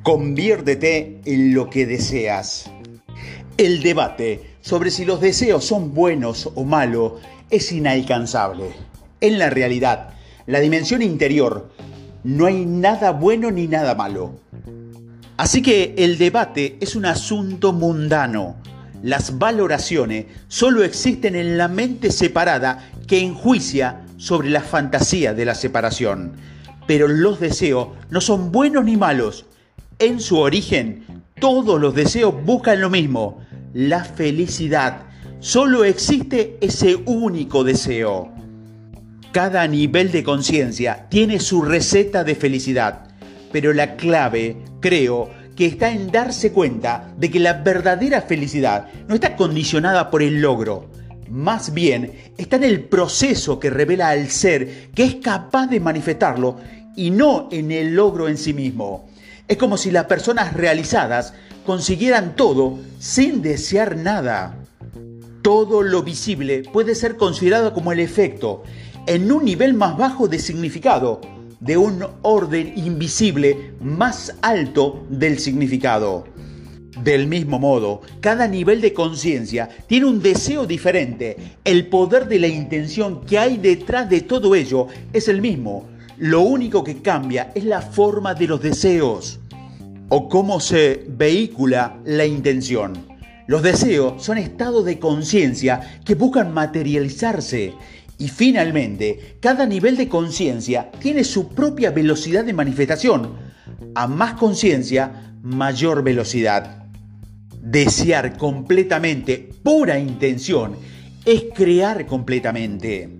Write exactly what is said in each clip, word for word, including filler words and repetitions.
Conviértete en lo que deseas. El debate sobre si los deseos son buenos o malos es inalcanzable. En la realidad, la dimensión interior, no hay nada bueno ni nada malo. Así que el debate es un asunto mundano. Las valoraciones solo existen en la mente separada que enjuicia sobre la fantasía de la separación. Pero los deseos no son buenos ni malos. En su origen, todos los deseos buscan lo mismo, la felicidad. Solo existe ese único deseo. Cada nivel de conciencia tiene su receta de felicidad, pero la clave, creo, que está en darse cuenta de que la verdadera felicidad no está condicionada por el logro. Más bien, está en el proceso que revela al ser que es capaz de manifestarlo y no en el logro en sí mismo. Es como si las personas realizadas consiguieran todo sin desear nada. Todo lo visible puede ser considerado como el efecto, en un nivel más bajo de significado, de un orden invisible más alto del significado. Del mismo modo, cada nivel de conciencia tiene un deseo diferente. El poder de la intención que hay detrás de todo ello es el mismo. Lo único que cambia es la forma de los deseos o cómo se vehicula la intención. Los deseos son estados de conciencia que buscan materializarse. Y finalmente, cada nivel de conciencia tiene su propia velocidad de manifestación. A más conciencia, mayor velocidad. Desear completamente, pura intención, es crear completamente.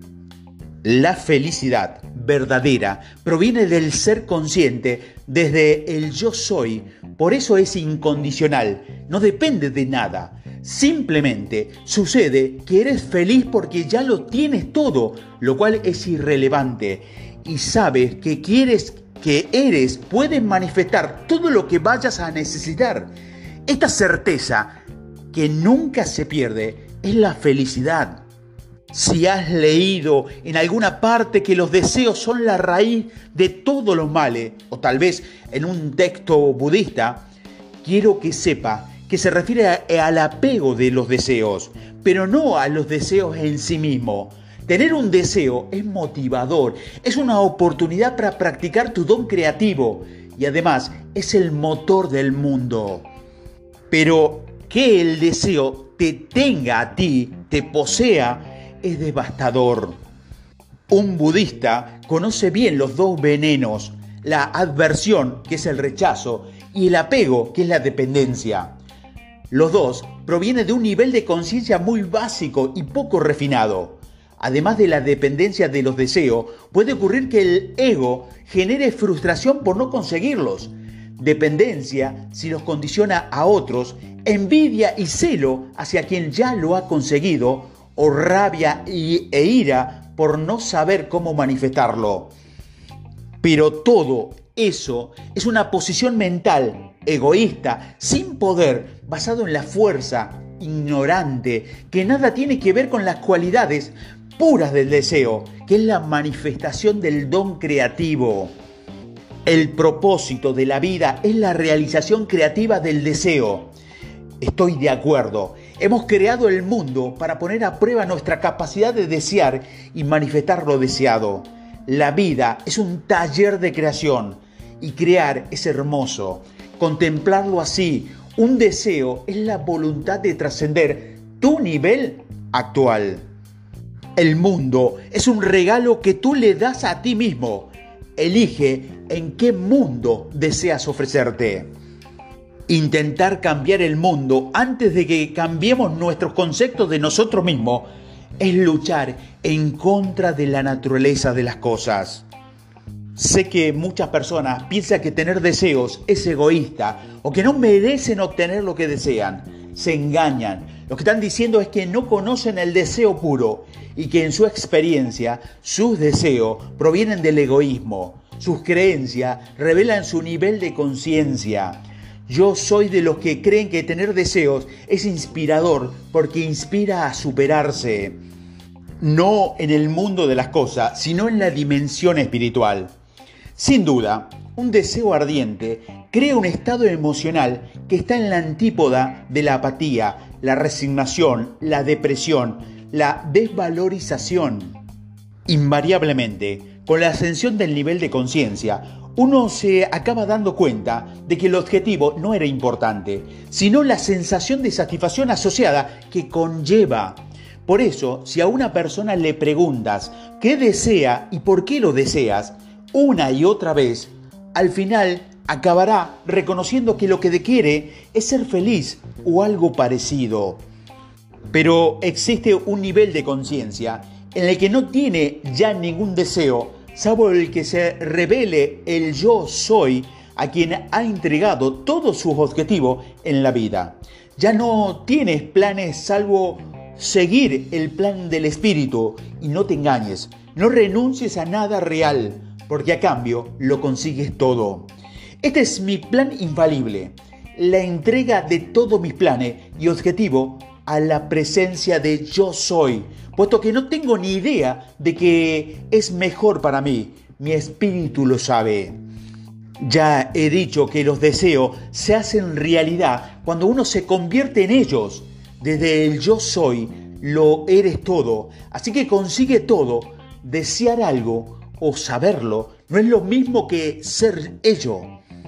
La felicidad verdadera proviene del ser consciente desde el yo soy. Por eso es incondicional, no depende de nada. Simplemente sucede que eres feliz porque ya lo tienes todo, lo cual es irrelevante. Y sabes que quieres, que eres, puedes manifestar todo lo que vayas a necesitar. Esta certeza que nunca se pierde es la felicidad. Si has leído en alguna parte que los deseos son la raíz de todos los males, o tal vez en un texto budista, quiero que sepa que se refiere a, al apego de los deseos, pero no a los deseos en sí mismos. Tener un deseo es motivador, es una oportunidad para practicar tu don creativo y además es el motor del mundo. Pero que el deseo te tenga a ti, te posea, es devastador. Un budista conoce bien los dos venenos, la adversión, que es el rechazo, y el apego, que es la dependencia. Los dos provienen de un nivel de conciencia muy básico y poco refinado. Además de la dependencia de los deseos, puede ocurrir que el ego genere frustración por no conseguirlos. Dependencia si los condiciona a otros, envidia y celo hacia quien ya lo ha conseguido, o rabia y, e ira por no saber cómo manifestarlo. Pero todo eso es una posición mental, egoísta, sin poder, basado en la fuerza, ignorante, que nada tiene que ver con las cualidades puras del deseo, que es la manifestación del don creativo. El propósito de la vida es la realización creativa del deseo. Estoy de acuerdo. Hemos creado el mundo para poner a prueba nuestra capacidad de desear y manifestar lo deseado. La vida es un taller de creación y crear es hermoso. Contemplarlo así, un deseo es la voluntad de trascender tu nivel actual. El mundo es un regalo que tú le das a ti mismo. Elige en qué mundo deseas ofrecerte. Intentar cambiar el mundo antes de que cambiemos nuestros conceptos de nosotros mismos es luchar en contra de la naturaleza de las cosas. Sé que muchas personas piensan que tener deseos es egoísta o que no merecen obtener lo que desean. Se engañan. Lo que están diciendo es que no conocen el deseo puro y que en su experiencia sus deseos provienen del egoísmo. Sus creencias revelan su nivel de conciencia. Yo soy de los que creen que tener deseos es inspirador porque inspira a superarse. No en el mundo de las cosas, sino en la dimensión espiritual. Sin duda, un deseo ardiente crea un estado emocional que está en la antípoda de la apatía, la resignación, la depresión, la desvalorización. Invariablemente, con la ascensión del nivel de conciencia, uno se acaba dando cuenta de que el objetivo no era importante, sino la sensación de satisfacción asociada que conlleva. Por eso, si a una persona le preguntas qué desea y por qué lo deseas, una y otra vez, al final acabará reconociendo que lo que quiere es ser feliz o algo parecido. Pero existe un nivel de conciencia en el que no tiene ya ningún deseo, salvo el que se revele el yo soy a quien ha entregado todos sus objetivos en la vida. Ya no tienes planes salvo seguir el plan del espíritu, y no te engañes, no renuncies a nada real, porque a cambio lo consigues todo. Este es mi plan infalible, la entrega de todos mis planes y objetivos a la presencia de yo soy, puesto que no tengo ni idea de que es mejor para mí, mi espíritu lo sabe. Ya he dicho que los deseos se hacen realidad cuando uno se convierte en ellos. Desde el yo soy, lo eres todo, así que consigue todo. Desear algo o saberlo no es lo mismo que ser ello.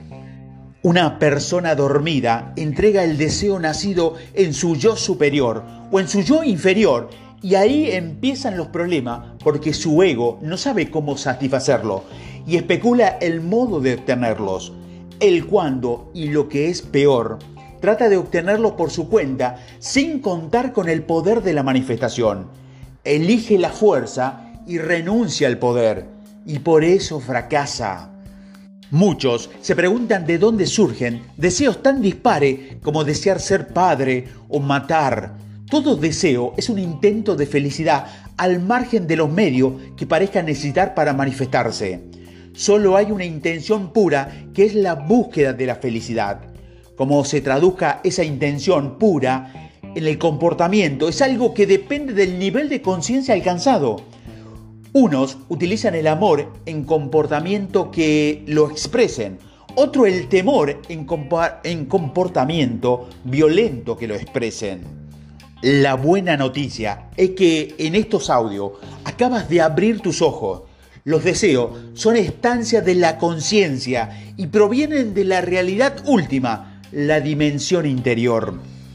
Una persona dormida entrega el deseo nacido en su yo superior o en su yo inferior, y ahí empiezan los problemas porque su ego no sabe cómo satisfacerlo y especula el modo de obtenerlos. El cuándo, y lo que es peor, trata de obtenerlo por su cuenta sin contar con el poder de la manifestación. Elige la fuerza y renuncia al poder, y por eso fracasa. Muchos se preguntan de dónde surgen deseos tan dispares como desear ser padre o matar. Todo deseo es un intento de felicidad al margen de los medios que parezcan necesitar para manifestarse. Solo hay una intención pura, que es la búsqueda de la felicidad. Como se traduzca esa intención pura en el comportamiento es algo que depende del nivel de conciencia alcanzado. Unos utilizan el amor en comportamiento que lo expresen, otro el temor en, compa- en comportamiento violento que lo expresen. La buena noticia es que en estos audios acabas de abrir tus ojos. Los deseos son estancias de la conciencia y provienen de la realidad última, la dimensión interior.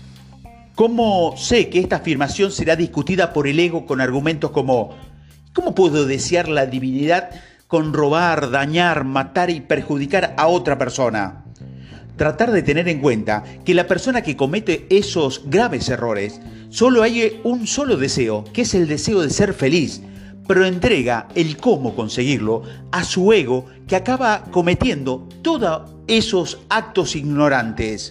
¿Cómo sé que esta afirmación será discutida por el ego con argumentos como ¿cómo puedo desear la divinidad con robar, dañar, matar y perjudicar a otra persona? Tratar de tener en cuenta que la persona que comete esos graves errores solo hay un solo deseo, que es el deseo de ser feliz, pero entrega el cómo conseguirlo a su ego, que acaba cometiendo todos esos actos ignorantes.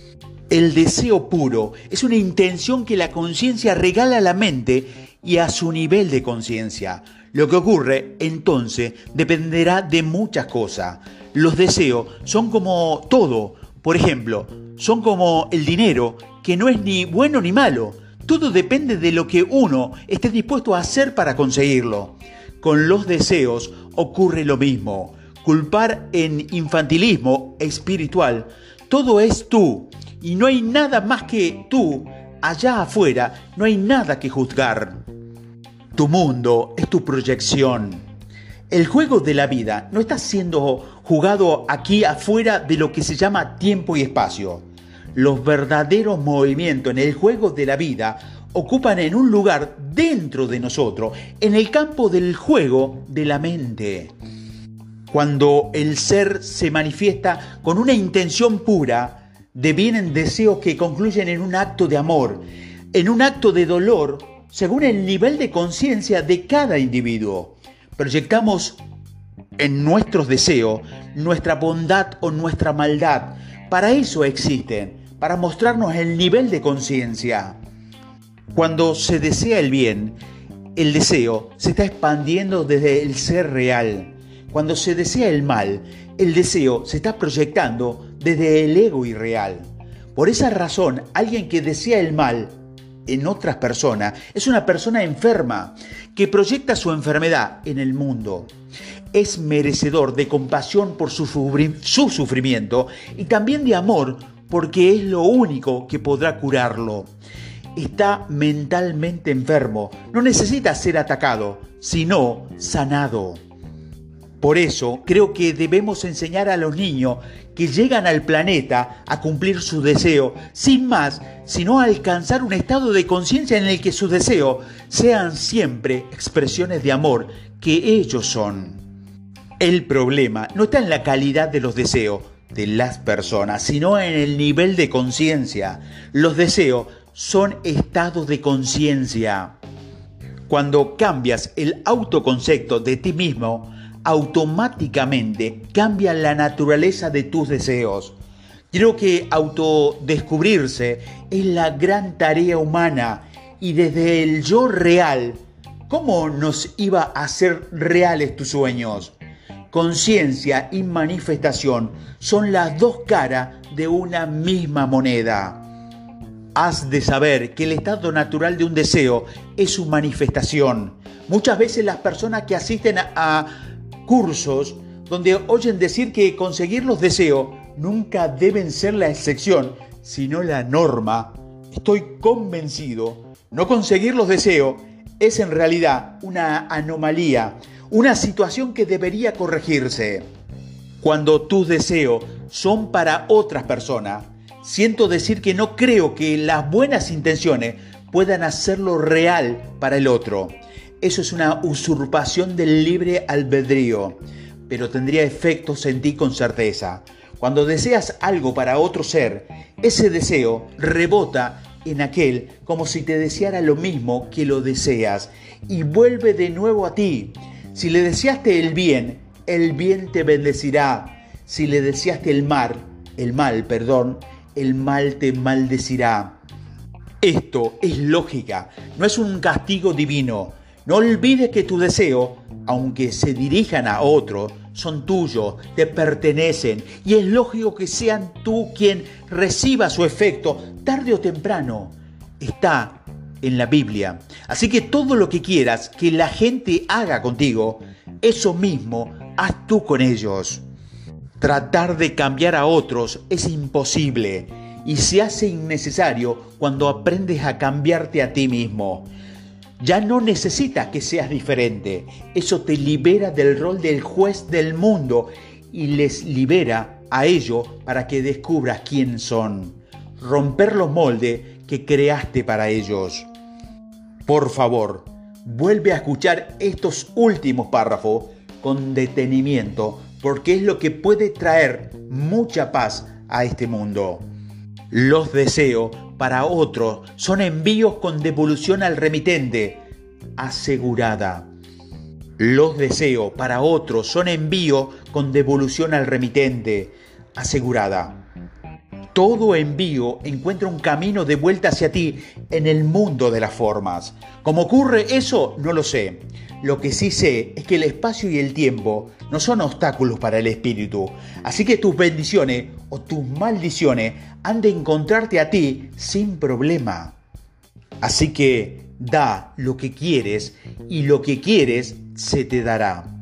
El deseo puro es una intención que la conciencia regala a la mente y a su nivel de conciencia. Lo que ocurre entonces dependerá de muchas cosas. Los deseos son como todo. Por ejemplo, son como el dinero, que no es ni bueno ni malo. Todo depende de lo que uno esté dispuesto a hacer para conseguirlo. Con los deseos ocurre lo mismo. Culpar en infantilismo espiritual. Todo es tú y no hay nada más que tú. Allá afuera no hay nada que juzgar. Tu mundo es tu proyección. El juego de la vida no está siendo jugado aquí afuera de lo que se llama tiempo y espacio. Los verdaderos movimientos en el juego de la vida ocupan en un lugar dentro de nosotros, en el campo del juego de la mente. Cuando el ser se manifiesta con una intención pura, devienen deseos que concluyen en un acto de amor, en un acto de dolor, según el nivel de conciencia de cada individuo. Proyectamos en nuestros deseos nuestra bondad o nuestra maldad. Para eso existen, para mostrarnos el nivel de conciencia. Cuando se desea el bien, el deseo se está expandiendo desde el ser real. Cuando se desea el mal, el deseo se está proyectando desde el ego irreal. Por esa razón, alguien que desea el mal en otras personas es una persona enferma que proyecta su enfermedad en el mundo. Es merecedor de compasión por su, sufri- su sufrimiento y también de amor porque es lo único que podrá curarlo. Está mentalmente enfermo, no necesita ser atacado, sino sanado. Por eso creo que debemos enseñar a los niños que llegan al planeta a cumplir su deseo, sin más, sino a alcanzar un estado de conciencia en el que sus deseos sean siempre expresiones de amor que ellos son. El problema no está en la calidad de los deseos de las personas, sino en el nivel de conciencia. Los deseos son estados de conciencia. Cuando cambias el autoconcepto de ti mismo, automáticamente cambia la naturaleza de tus deseos. Creo que autodescubrirse es la gran tarea humana y desde el yo real, ¿cómo nos iba a hacer reales tus sueños? Conciencia y manifestación son las dos caras de una misma moneda. Has de saber que el estado natural de un deseo es su manifestación. Muchas veces las personas que asisten a, a cursos donde oyen decir que conseguir los deseos nunca deben ser la excepción, sino la norma. Estoy convencido, no conseguir los deseos es en realidad una anomalía, una situación que debería corregirse. Cuando tus deseos son para otras personas, siento decir que no creo que las buenas intenciones puedan hacerlo real para el otro. Eso es una usurpación del libre albedrío, pero tendría efectos en ti con certeza. Cuando deseas algo para otro ser, ese deseo rebota en aquel como si te deseara lo mismo que lo deseas y vuelve de nuevo a ti. Si le deseaste el bien, el bien te bendecirá. Si le deseaste el mal, el mal, perdón, el mal te maldecirá. Esto es lógica, no es un castigo divino. No olvides que tus deseos, aunque se dirijan a otro, son tuyos, te pertenecen y es lógico que sean tú quien reciba su efecto tarde o temprano. Está en la Biblia. Así que todo lo que quieras que la gente haga contigo, eso mismo haz tú con ellos. Tratar de cambiar a otros es imposible y se hace innecesario cuando aprendes a cambiarte a ti mismo. Ya no necesitas que seas diferente. Eso te libera del rol del juez del mundo y les libera a ellos para que descubras quién son. Romper los moldes que creaste para ellos. Por favor, vuelve a escuchar estos últimos párrafos con detenimiento porque es lo que puede traer mucha paz a este mundo. Los deseos para otros son envíos con devolución al remitente, asegurada. Los deseos para otros son envíos con devolución al remitente, asegurada. Todo envío encuentra un camino de vuelta hacia ti en el mundo de las formas. ¿Cómo ocurre eso? No lo sé. Lo que sí sé es que el espacio y el tiempo no son obstáculos para el espíritu. Así que tus bendiciones o tus maldiciones han de encontrarte a ti sin problema. Así que da lo que quieres y lo que quieres se te dará.